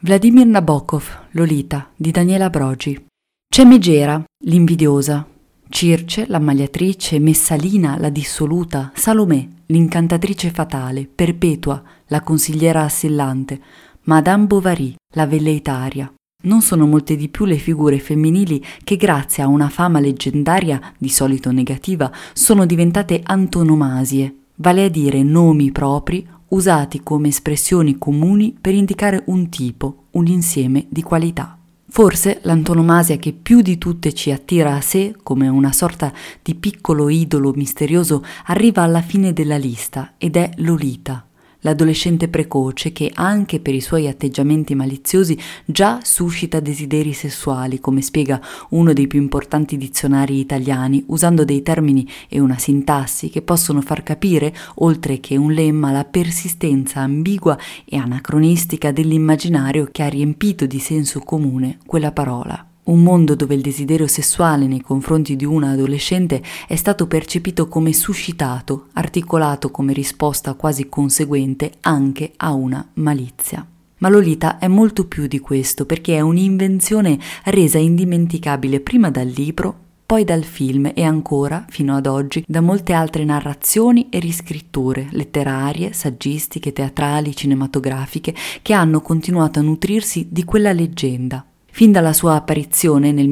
Vladimir Nabokov, Lolita, di Daniela Brogi. C'è Megera, l'invidiosa, Circe, l'ammagliatrice, Messalina, la dissoluta, Salomè, l'incantatrice fatale, Perpetua, la consigliera assillante, Madame Bovary, la velleitaria. Non sono molte di più le figure femminili che, grazie a una fama leggendaria, di solito negativa, sono diventate antonomasie, vale a dire nomi propri usati come espressioni comuni per indicare un tipo, un insieme di qualità. Forse l'antonomasia che più di tutte ci attira a sé, come una sorta di piccolo idolo misterioso, arriva alla fine della lista ed è Lolita, l'adolescente precoce che, anche per i suoi atteggiamenti maliziosi, già suscita desideri sessuali, come spiega uno dei più importanti dizionari italiani, usando dei termini e una sintassi che possono far capire, oltre che un lemma, la persistenza ambigua e anacronistica dell'immaginario che ha riempito di senso comune quella parola. Un mondo dove il desiderio sessuale nei confronti di una adolescente è stato percepito come suscitato, articolato come risposta quasi conseguente anche a una malizia. Ma Lolita è molto più di questo, perché è un'invenzione resa indimenticabile prima dal libro, poi dal film e ancora, fino ad oggi, da molte altre narrazioni e riscritture letterarie, saggistiche, teatrali, cinematografiche, che hanno continuato a nutrirsi di quella leggenda. Fin dalla sua apparizione nel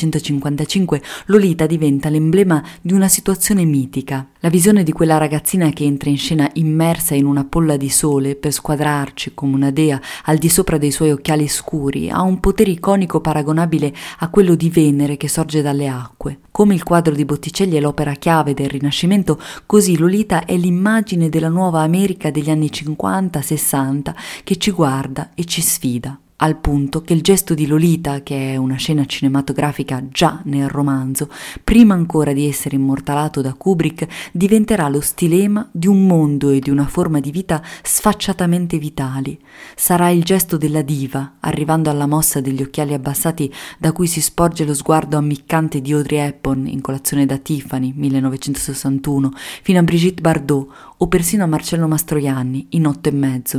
1955, Lolita diventa l'emblema di una situazione mitica. La visione di quella ragazzina che entra in scena immersa in una polla di sole per squadrarci come una dea al di sopra dei suoi occhiali scuri ha un potere iconico paragonabile a quello di Venere che sorge dalle acque. Come il quadro di Botticelli è l'opera chiave del Rinascimento, così Lolita è l'immagine della nuova America degli anni 50-60 che ci guarda e ci sfida. Al punto che il gesto di Lolita, che è una scena cinematografica già nel romanzo, prima ancora di essere immortalato da Kubrick, diventerà lo stilema di un mondo e di una forma di vita sfacciatamente vitali. Sarà il gesto della diva, arrivando alla mossa degli occhiali abbassati da cui si sporge lo sguardo ammiccante di Audrey Hepburn in Colazione da Tiffany, 1961, fino a Brigitte Bardot o persino a Marcello Mastroianni in 8 e mezzo,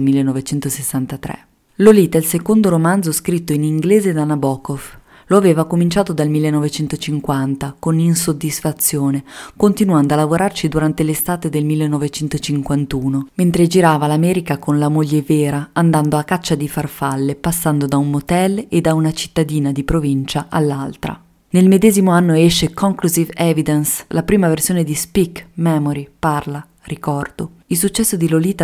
1963. Lolita è il secondo romanzo scritto in inglese da Nabokov. Lo aveva cominciato dal 1950 con insoddisfazione, continuando a lavorarci durante l'estate del 1951, mentre girava l'America con la moglie Vera, andando a caccia di farfalle, passando da un motel e da una cittadina di provincia all'altra. Nel medesimo anno esce Conclusive Evidence, la prima versione di Speak, Memory, Parla, Ricordo. Il successo di Lolita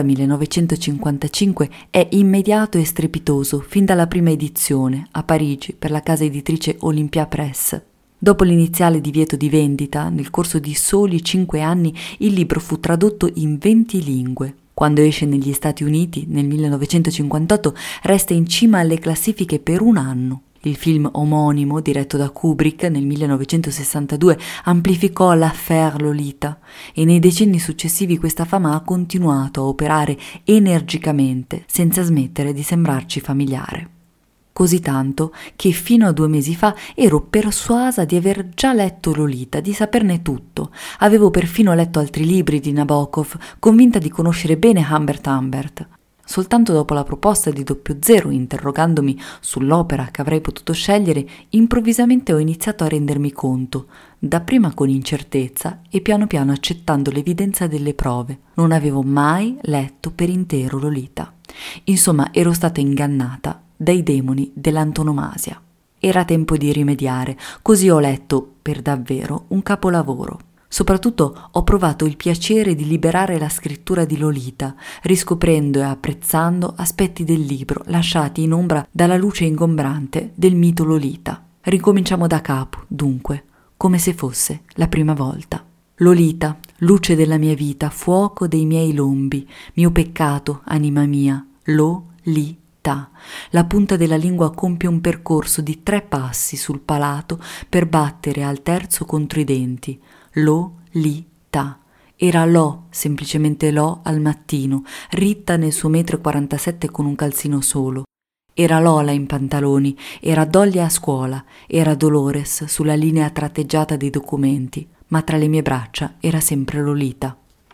1955 è immediato e strepitoso fin dalla prima edizione a Parigi per la casa editrice Olympia Press. Dopo l'iniziale divieto di vendita, nel corso di soli 5 anni il libro fu tradotto in 20 lingue. Quando esce negli Stati Uniti nel 1958 resta in cima alle classifiche per un anno. Il film omonimo, diretto da Kubrick nel 1962, amplificò l'affaire Lolita e nei decenni successivi questa fama ha continuato a operare energicamente, senza smettere di sembrarci familiare. Così tanto che fino a 2 mesi fa ero persuasa di aver già letto Lolita, di saperne tutto. Avevo perfino letto altri libri di Nabokov, convinta di conoscere bene Humbert Humbert. Soltanto dopo la proposta di 00, interrogandomi sull'opera che avrei potuto scegliere, improvvisamente ho iniziato a rendermi conto, dapprima con incertezza e piano piano accettando l'evidenza delle prove. Non avevo mai letto per intero Lolita. Insomma, ero stata ingannata dai demoni dell'antonomasia. Era tempo di rimediare, così ho letto, per davvero, un capolavoro. Soprattutto ho provato il piacere di liberare la scrittura di Lolita, riscoprendo e apprezzando aspetti del libro lasciati in ombra dalla luce ingombrante del mito Lolita. Ricominciamo da capo, dunque, come se fosse la prima volta. Lolita, luce della mia vita, fuoco dei miei lombi, mio peccato, anima mia, Lolita. La punta della lingua compie un percorso di 3 passi sul palato per battere al terzo contro i denti. Lolita. Era Lo, semplicemente Lo al mattino, ritta nel suo 1,47 m con un calzino solo. Era Lola in pantaloni, era Dolly a scuola, era Dolores sulla linea tratteggiata dei documenti, ma tra le mie braccia era sempre Lolita.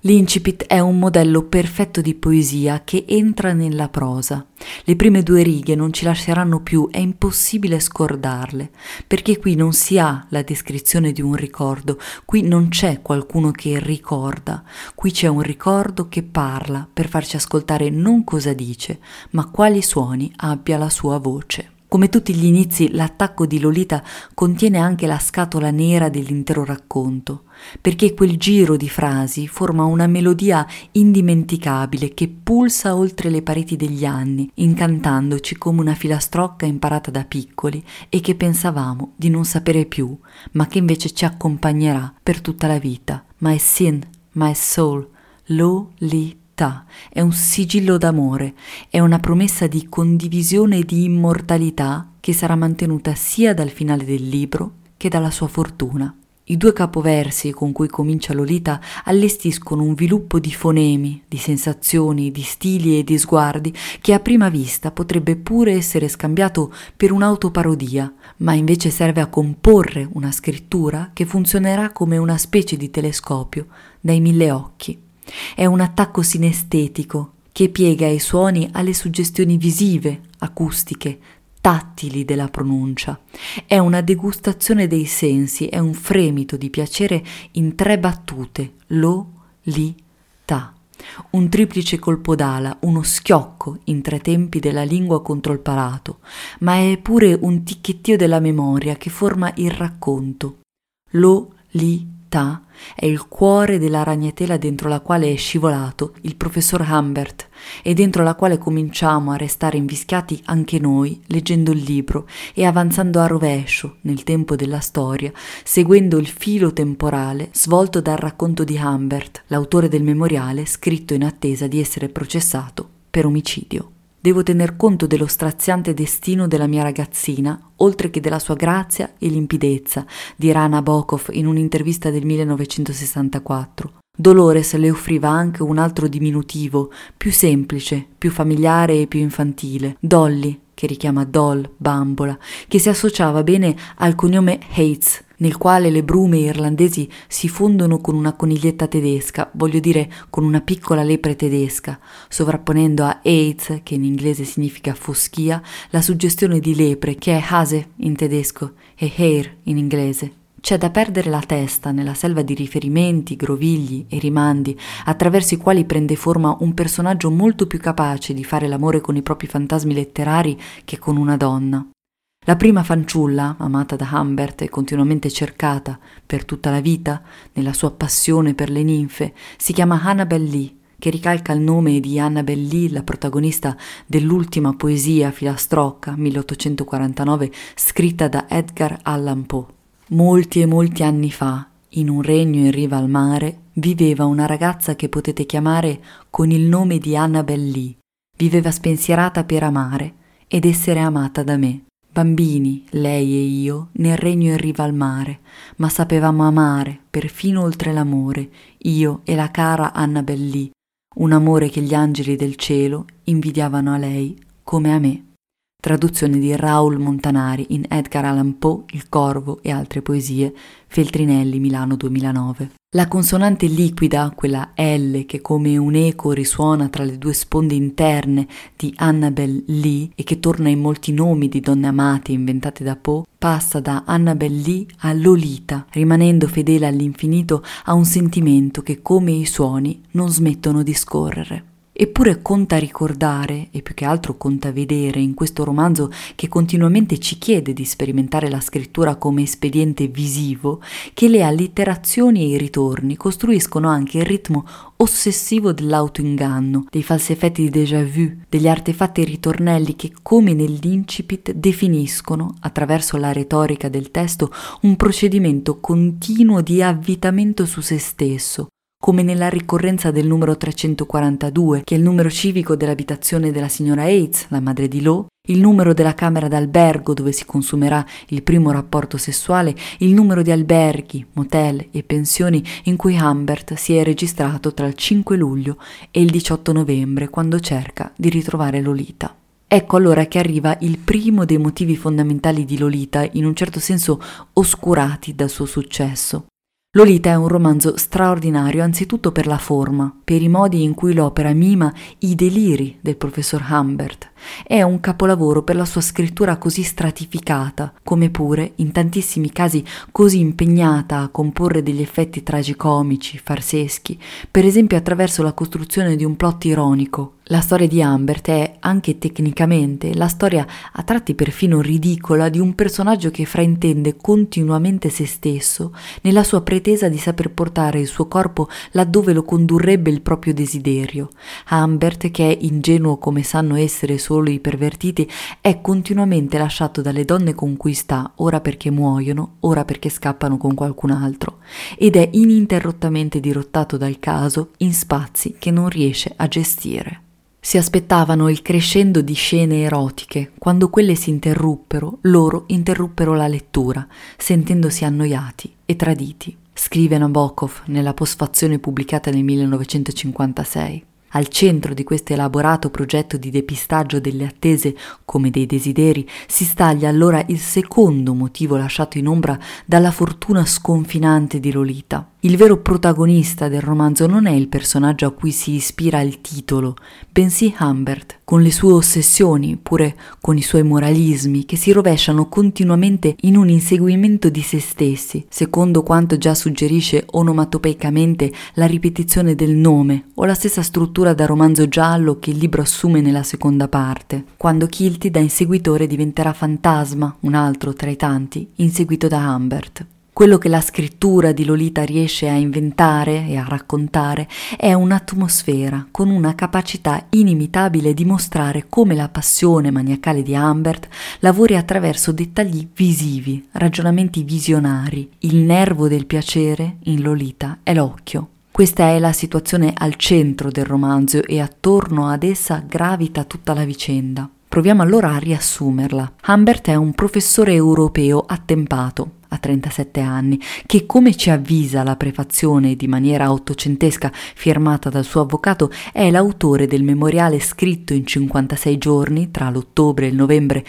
L'incipit è un modello perfetto di poesia che entra nella prosa. Le prime 2 righe non ci lasceranno più, è impossibile scordarle, perché qui non si ha la descrizione di un ricordo, qui non c'è qualcuno che ricorda, qui c'è un ricordo che parla per farci ascoltare non cosa dice, ma quali suoni abbia la sua voce. Come tutti gli inizi, l'attacco di Lolita contiene anche la scatola nera dell'intero racconto, perché quel giro di frasi forma una melodia indimenticabile che pulsa oltre le pareti degli anni, incantandoci come una filastrocca imparata da piccoli e che pensavamo di non sapere più, ma che invece ci accompagnerà per tutta la vita. My sin, my soul, Lolita. È un sigillo d'amore, è una promessa di condivisione e di immortalità che sarà mantenuta sia dal finale del libro che dalla sua fortuna. I 2 capoversi con cui comincia Lolita allestiscono un viluppo di fonemi, di sensazioni, di stili e di sguardi che a prima vista potrebbe pure essere scambiato per un'autoparodia, ma invece serve a comporre una scrittura che funzionerà come una specie di telescopio dai 1000 occhi. È un attacco sinestetico che piega i suoni alle suggestioni visive, acustiche, tattili della pronuncia. È una degustazione dei sensi, è un fremito di piacere in 3 battute, Lo-li-ta. Un triplice colpo d'ala, uno schiocco in 3 tempi della lingua contro il palato, ma è pure un ticchettio della memoria che forma il racconto. Lo-li-ta è il cuore della ragnatela dentro la quale è scivolato il professor Humbert e dentro la quale cominciamo a restare invischiati anche noi leggendo il libro e avanzando a rovescio nel tempo della storia, seguendo il filo temporale svolto dal racconto di Humbert, l'autore del memoriale scritto in attesa di essere processato per omicidio. Devo tener conto dello straziante destino della mia ragazzina, oltre che della sua grazia e limpidezza, dirà Nabokov in un'intervista del 1964. Dolores le offriva anche un altro diminutivo, più semplice, più familiare e più infantile, Dolly, che richiama doll, bambola, che si associava bene al cognome Hates, nel quale le brume irlandesi si fondono con una coniglietta tedesca, voglio dire con una piccola lepre tedesca, sovrapponendo a AIDS, che in inglese significa foschia, la suggestione di lepre, che è Hase in tedesco e Hair in inglese. C'è da perdere la testa nella selva di riferimenti, grovigli e rimandi, attraverso i quali prende forma un personaggio molto più capace di fare l'amore con i propri fantasmi letterari che con una donna. La prima fanciulla, amata da Humbert e continuamente cercata per tutta la vita, nella sua passione per le ninfe, si chiama Annabel Lee, che ricalca il nome di Annabel Lee, la protagonista dell'ultima poesia filastrocca, 1849, scritta da Edgar Allan Poe. Molti e molti anni fa, in un regno in riva al mare, viveva una ragazza che potete chiamare con il nome di Annabel Lee. Viveva spensierata per amare ed essere amata da me. Bambini, lei e io, nel regno in riva al mare, ma sapevamo amare, perfino oltre l'amore, io e la cara Annabel Lee, un amore che gli angeli del cielo invidiavano a lei come a me. Traduzione di Raoul Montanari in Edgar Allan Poe, Il Corvo e altre poesie, Feltrinelli, Milano 2009. La consonante liquida, quella L che come un eco risuona tra le 2 sponde interne di Annabel Lee e che torna in molti nomi di donne amate inventate da Poe, passa da Annabel Lee a Lolita, rimanendo fedele all'infinito a un sentimento che come i suoni non smettono di scorrere. Eppure conta ricordare, e più che altro conta vedere in questo romanzo che continuamente ci chiede di sperimentare la scrittura come espediente visivo, che le allitterazioni e i ritorni costruiscono anche il ritmo ossessivo dell'autoinganno, dei falsi effetti di déjà vu, degli artefatti e ritornelli che, come nell'incipit, definiscono, attraverso la retorica del testo, un procedimento continuo di avvitamento su se stesso, come nella ricorrenza del numero 342, che è il numero civico dell'abitazione della signora Yates, la madre di Lo, il numero della camera d'albergo dove si consumerà il primo rapporto sessuale, il numero di alberghi, motel e pensioni in cui Humbert si è registrato tra il 5 luglio e il 18 novembre, quando cerca di ritrovare Lolita. Ecco allora che arriva il primo dei motivi fondamentali di Lolita, in un certo senso oscurati dal suo successo. Lolita è un romanzo straordinario anzitutto per la forma, per i modi in cui l'opera mima i deliri del professor Humbert. È un capolavoro per la sua scrittura così stratificata, come pure, in tantissimi casi, così impegnata a comporre degli effetti tragicomici, farseschi, per esempio attraverso la costruzione di un plot ironico. La storia di Humbert è, anche tecnicamente, la storia a tratti perfino ridicola di un personaggio che fraintende continuamente se stesso nella sua pretesa di saper portare il suo corpo laddove lo condurrebbe il proprio desiderio. Humbert, che è ingenuo come sanno essere solo i pervertiti, è continuamente lasciato dalle donne con cui sta, ora perché muoiono, ora perché scappano con qualcun altro, ed è ininterrottamente dirottato dal caso in spazi che non riesce a gestire. Si aspettavano il crescendo di scene erotiche. Quando quelle si interruppero, loro interruppero la lettura, sentendosi annoiati e traditi. Scrive Nabokov nella postfazione pubblicata nel 1956. Al centro di questo elaborato progetto di depistaggio delle attese come dei desideri si staglia allora il secondo motivo lasciato in ombra dalla fortuna sconfinante di Lolita. Il vero protagonista del romanzo non è il personaggio a cui si ispira il titolo, bensì Humbert, con le sue ossessioni, pure con i suoi moralismi, che si rovesciano continuamente in un inseguimento di se stessi, secondo quanto già suggerisce onomatopeicamente la ripetizione del nome o la stessa struttura da romanzo giallo che il libro assume nella seconda parte, quando Kilty da inseguitore diventerà Fantasma, un altro tra i tanti, inseguito da Humbert. Quello che la scrittura di Lolita riesce a inventare e a raccontare è un'atmosfera con una capacità inimitabile di mostrare come la passione maniacale di Humbert lavori attraverso dettagli visivi, ragionamenti visionari. Il nervo del piacere in Lolita è l'occhio. Questa è la situazione al centro del romanzo e attorno ad essa gravita tutta la vicenda. Proviamo allora a riassumerla. Humbert è un professore europeo attempato, a 37 anni, che, come ci avvisa la prefazione di maniera ottocentesca firmata dal suo avvocato, è l'autore del memoriale scritto in 56 giorni tra l'ottobre e il novembre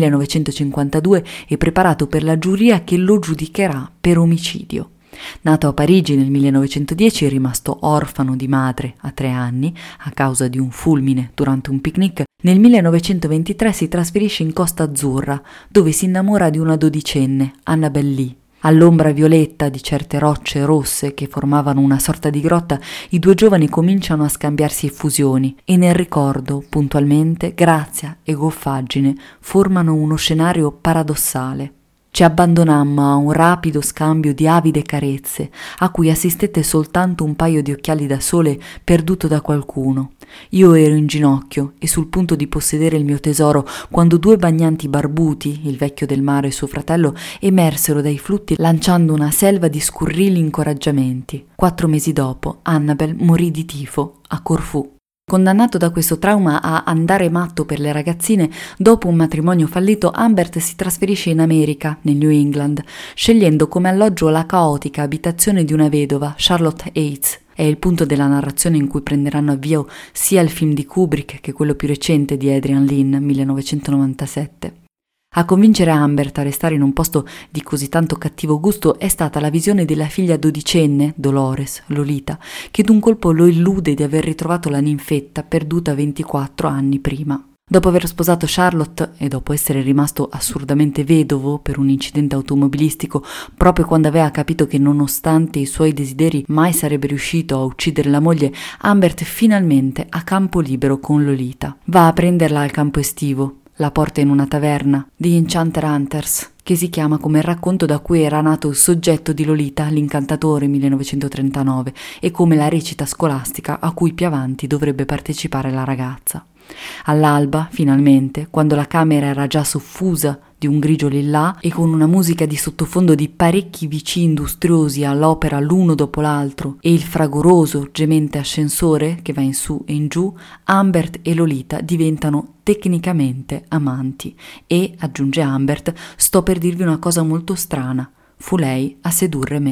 1952 e preparato per la giuria che lo giudicherà per omicidio. Nato a Parigi nel 1910 e rimasto orfano di madre a 3 anni a causa di un fulmine durante un picnic, nel 1923 si trasferisce in Costa Azzurra, dove si innamora di una dodicenne, Annabel Lee. All'ombra violetta di certe rocce rosse che formavano una sorta di grotta, i due giovani cominciano a scambiarsi effusioni e nel ricordo, puntualmente, grazia e goffaggine formano uno scenario paradossale. Ci abbandonammo a un rapido scambio di avide carezze, a cui assistette soltanto un paio di occhiali da sole perduto da qualcuno. Io ero in ginocchio e sul punto di possedere il mio tesoro quando 2 bagnanti barbuti, il vecchio del mare e suo fratello, emersero dai flutti lanciando una selva di scurrili incoraggiamenti. 4 mesi dopo, Annabel morì di tifo a Corfù. Condannato da questo trauma a andare matto per le ragazzine, dopo un matrimonio fallito, Humbert si trasferisce in America, nel New England, scegliendo come alloggio la caotica abitazione di una vedova, Charlotte Yates. È il punto della narrazione in cui prenderanno avvio sia il film di Kubrick che quello più recente di Adrian Lyne, 1997. A convincere Humbert a restare in un posto di così tanto cattivo gusto è stata la visione della figlia dodicenne, Dolores, Lolita, che d'un colpo lo illude di aver ritrovato la ninfetta perduta 24 anni prima. Dopo aver sposato Charlotte e dopo essere rimasto assurdamente vedovo per un incidente automobilistico, proprio quando aveva capito che nonostante i suoi desideri mai sarebbe riuscito a uccidere la moglie, Humbert finalmente ha campo libero con Lolita. Va a prenderla al campo estivo. La porta in una taverna, The Enchanter Hunters, che si chiama come il racconto da cui era nato il soggetto di Lolita, l'incantatore 1939, e come la recita scolastica a cui più avanti dovrebbe partecipare la ragazza. All'alba, finalmente, quando la camera era già soffusa di un grigio lillà e con una musica di sottofondo di parecchi VC industriosi all'opera l'uno dopo l'altro e il fragoroso, gemente ascensore che va in su e in giù, Humbert e Lolita diventano tecnicamente amanti e, aggiunge Humbert, sto per dirvi una cosa molto strana, fu lei a sedurre me.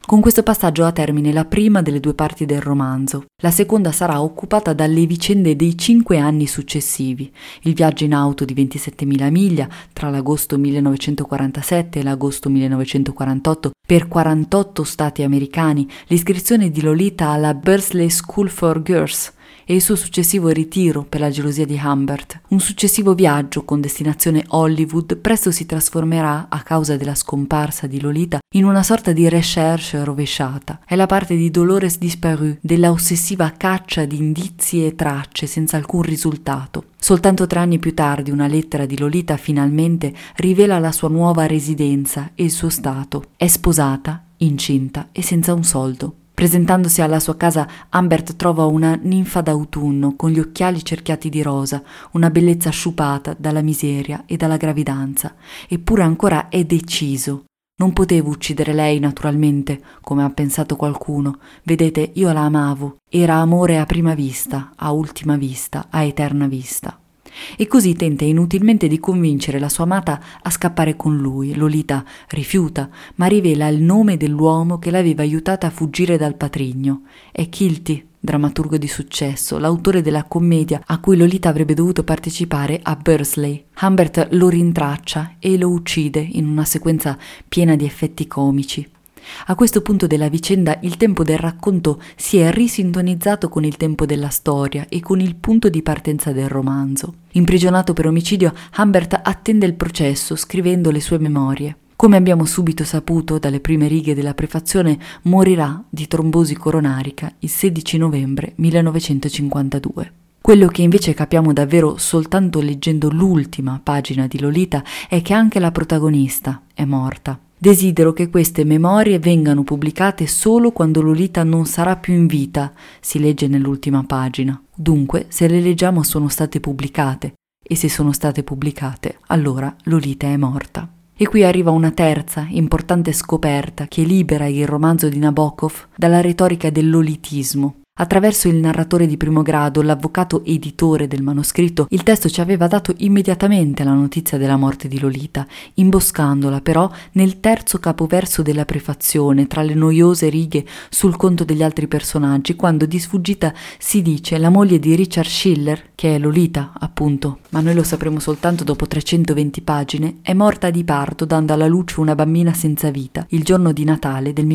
Con questo passaggio ha termine la prima delle due parti del romanzo. La seconda sarà occupata dalle vicende dei 5 anni successivi: il viaggio in auto di 27.000 miglia tra l'agosto 1947 e l'agosto 1948 per 48 stati americani, l'iscrizione di Lolita alla Bursley School for Girls e il suo successivo ritiro per la gelosia di Humbert. Un successivo viaggio con destinazione Hollywood presto si trasformerà, a causa della scomparsa di Lolita, in una sorta di recherche rovesciata. È la parte di Dolores Disparue, della ossessiva caccia di indizi e tracce senza alcun risultato. Soltanto 3 anni più tardi una lettera di Lolita finalmente rivela la sua nuova residenza e il suo stato. È sposata, incinta e senza un soldo. Presentandosi alla sua casa, Humbert trova una ninfa d'autunno con gli occhiali cerchiati di rosa, una bellezza sciupata dalla miseria e dalla gravidanza, eppure ancora è deciso. Non potevo uccidere lei, naturalmente, come ha pensato qualcuno. Vedete, io la amavo. Era amore a prima vista, a ultima vista, a eterna vista. E così tenta inutilmente di convincere la sua amata a scappare con lui. Lolita rifiuta, ma rivela il nome dell'uomo che l'aveva aiutata a fuggire dal patrigno. È Kilty, drammaturgo di successo, l'autore della commedia a cui Lolita avrebbe dovuto partecipare a Bursley. Humbert lo rintraccia e lo uccide in una sequenza piena di effetti comici. A questo punto della vicenda il tempo del racconto si è risintonizzato con il tempo della storia e con il punto di partenza del romanzo. Imprigionato per omicidio, Humbert attende il processo scrivendo le sue memorie. Come abbiamo subito saputo dalle prime righe della prefazione, morirà di trombosi coronarica il 16 novembre 1952. Quello che invece capiamo davvero soltanto leggendo l'ultima pagina di Lolita è che anche la protagonista è morta. Desidero che queste memorie vengano pubblicate solo quando Lolita non sarà più in vita, si legge nell'ultima pagina. Dunque, se le leggiamo sono state pubblicate, e se sono state pubblicate, allora Lolita è morta. E qui arriva una terza, importante scoperta che libera il romanzo di Nabokov dalla retorica del lolitismo. Attraverso il narratore di primo grado, l'avvocato editore del manoscritto, il testo ci aveva dato immediatamente la notizia della morte di Lolita, imboscandola però nel terzo capoverso della prefazione, tra le noiose righe sul conto degli altri personaggi, quando di sfuggita si dice la moglie di Richard Schiller, che è Lolita, appunto, ma noi lo sapremo soltanto dopo 320 pagine, è morta di parto dando alla luce una bambina senza vita, il giorno di Natale del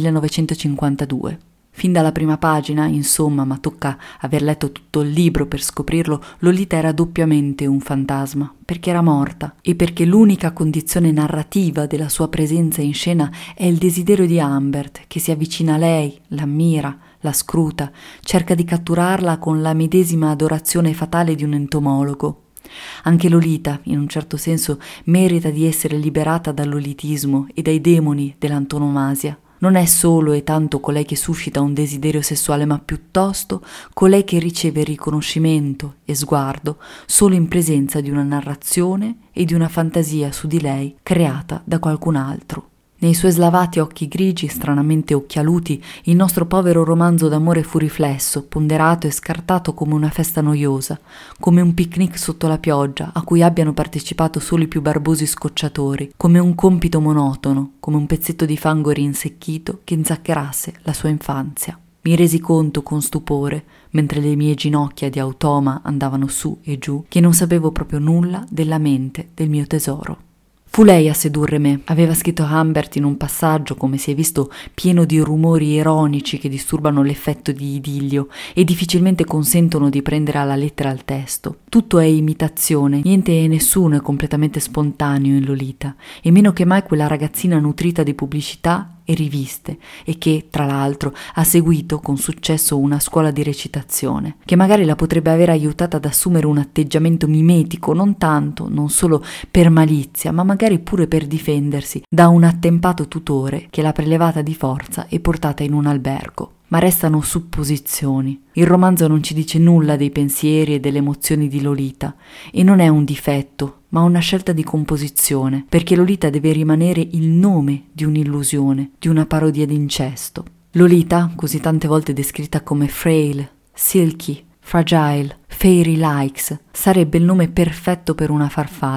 1952. Fin dalla prima pagina, insomma, ma tocca aver letto tutto il libro per scoprirlo, Lolita era doppiamente un fantasma, perché era morta e perché l'unica condizione narrativa della sua presenza in scena è il desiderio di Humbert, che si avvicina a lei, l'ammira, la scruta, cerca di catturarla con la medesima adorazione fatale di un entomologo. Anche Lolita, in un certo senso, merita di essere liberata dal lolitismo e dai demoni dell'antonomasia. Non è solo e tanto colei che suscita un desiderio sessuale, ma piuttosto colei che riceve riconoscimento e sguardo solo in presenza di una narrazione e di una fantasia su di lei creata da qualcun altro. Nei suoi slavati occhi grigi, stranamente occhialuti, il nostro povero romanzo d'amore fu riflesso, ponderato e scartato come una festa noiosa, come un picnic sotto la pioggia a cui abbiano partecipato solo i più barbosi scocciatori, come un compito monotono, come un pezzetto di fango rinsecchito che inzaccherasse la sua infanzia. Mi resi conto con stupore, mentre le mie ginocchia di automa andavano su e giù, che non sapevo proprio nulla della mente del mio tesoro. Fu lei a sedurre me, aveva scritto Humbert in un passaggio, come si è visto, pieno di rumori ironici che disturbano l'effetto di idillio e difficilmente consentono di prendere alla lettera il testo. Tutto è imitazione, niente e nessuno è completamente spontaneo in Lolita, e meno che mai quella ragazzina nutrita di pubblicità e riviste e che, tra l'altro, ha seguito con successo una scuola di recitazione, che magari la potrebbe aver aiutata ad assumere un atteggiamento mimetico, non tanto, non solo per malizia, ma magari pure per difendersi da un attempato tutore che l'ha prelevata di forza e portata in un albergo. Ma restano supposizioni. Il romanzo non ci dice nulla dei pensieri e delle emozioni di Lolita, e non è un difetto, ma una scelta di composizione, perché Lolita deve rimanere il nome di un'illusione, di una parodia d'incesto. Lolita, così tante volte descritta come frail, silky, fragile, fairy likes, sarebbe il nome perfetto per una farfalla.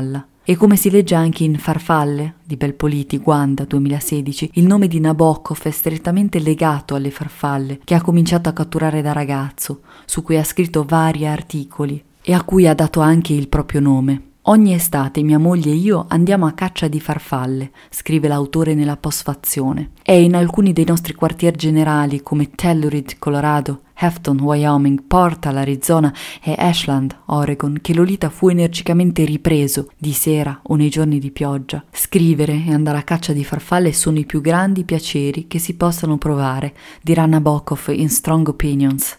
E come si legge anche in Farfalle di Belpoliti, Guanda 2016, il nome di Nabokov è strettamente legato alle farfalle che ha cominciato a catturare da ragazzo, su cui ha scritto vari articoli e a cui ha dato anche il proprio nome. Ogni estate mia moglie e io andiamo a caccia di farfalle, scrive l'autore nella postfazione. È in alcuni dei nostri quartier generali come Telluride, Colorado, Afton, Wyoming, Portal, Arizona e Ashland, Oregon, che Lolita fu energicamente ripreso, di sera o nei giorni di pioggia. Scrivere e andare a caccia di farfalle sono i più grandi piaceri che si possano provare, dirà Nabokov in Strong Opinions,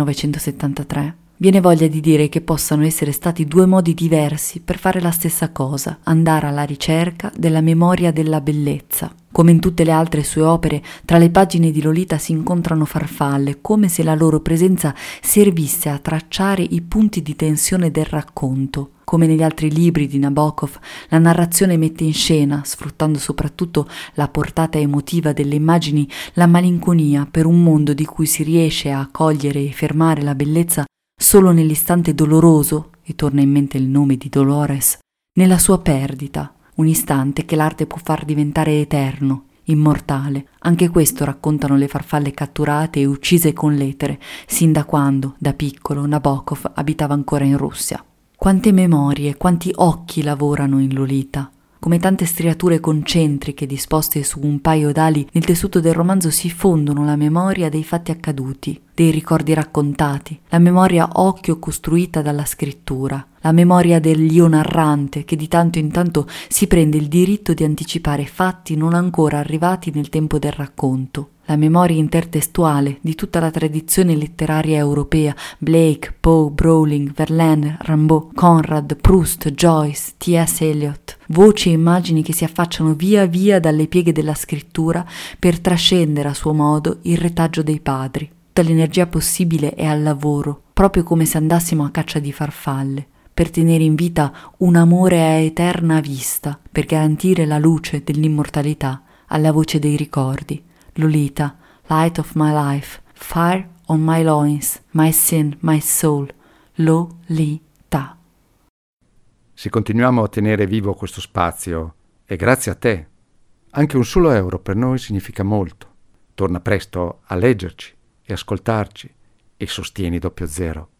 1973. Viene voglia di dire che possano essere stati due modi diversi per fare la stessa cosa, andare alla ricerca della memoria della bellezza. Come in tutte le altre sue opere, tra le pagine di Lolita si incontrano farfalle, come se la loro presenza servisse a tracciare i punti di tensione del racconto. Come negli altri libri di Nabokov, la narrazione mette in scena, sfruttando soprattutto la portata emotiva delle immagini, la malinconia per un mondo di cui si riesce a cogliere e fermare la bellezza solo nell'istante doloroso, e torna in mente il nome di Dolores, nella sua perdita, un istante che l'arte può far diventare eterno, immortale. Anche questo raccontano le farfalle catturate e uccise con l'etere, sin da quando, da piccolo, Nabokov abitava ancora in Russia. Quante memorie, quanti occhi lavorano in Lolita. Come tante striature concentriche disposte su un paio d'ali, nel tessuto del romanzo si fondono la memoria dei fatti accaduti, dei ricordi raccontati, la memoria occhio costruita dalla scrittura, la memoria dell'io narrante che di tanto in tanto si prende il diritto di anticipare fatti non ancora arrivati nel tempo del racconto. La memoria intertestuale di tutta la tradizione letteraria europea, Blake, Poe, Browning, Verlaine, Rimbaud, Conrad, Proust, Joyce, T.S. Eliot, voci e immagini che si affacciano via via dalle pieghe della scrittura per trascendere a suo modo il retaggio dei padri. Tutta l'energia possibile è al lavoro, proprio come se andassimo a caccia di farfalle, per tenere in vita un amore a eterna vista, per garantire la luce dell'immortalità alla voce dei ricordi. Lolita, light of my life, fire on my loins, my sin, my soul, Lolita. Se continuiamo a tenere vivo questo spazio, è grazie a te. Anche un solo euro per noi significa molto. Torna presto a leggerci e ascoltarci e sostieni 00.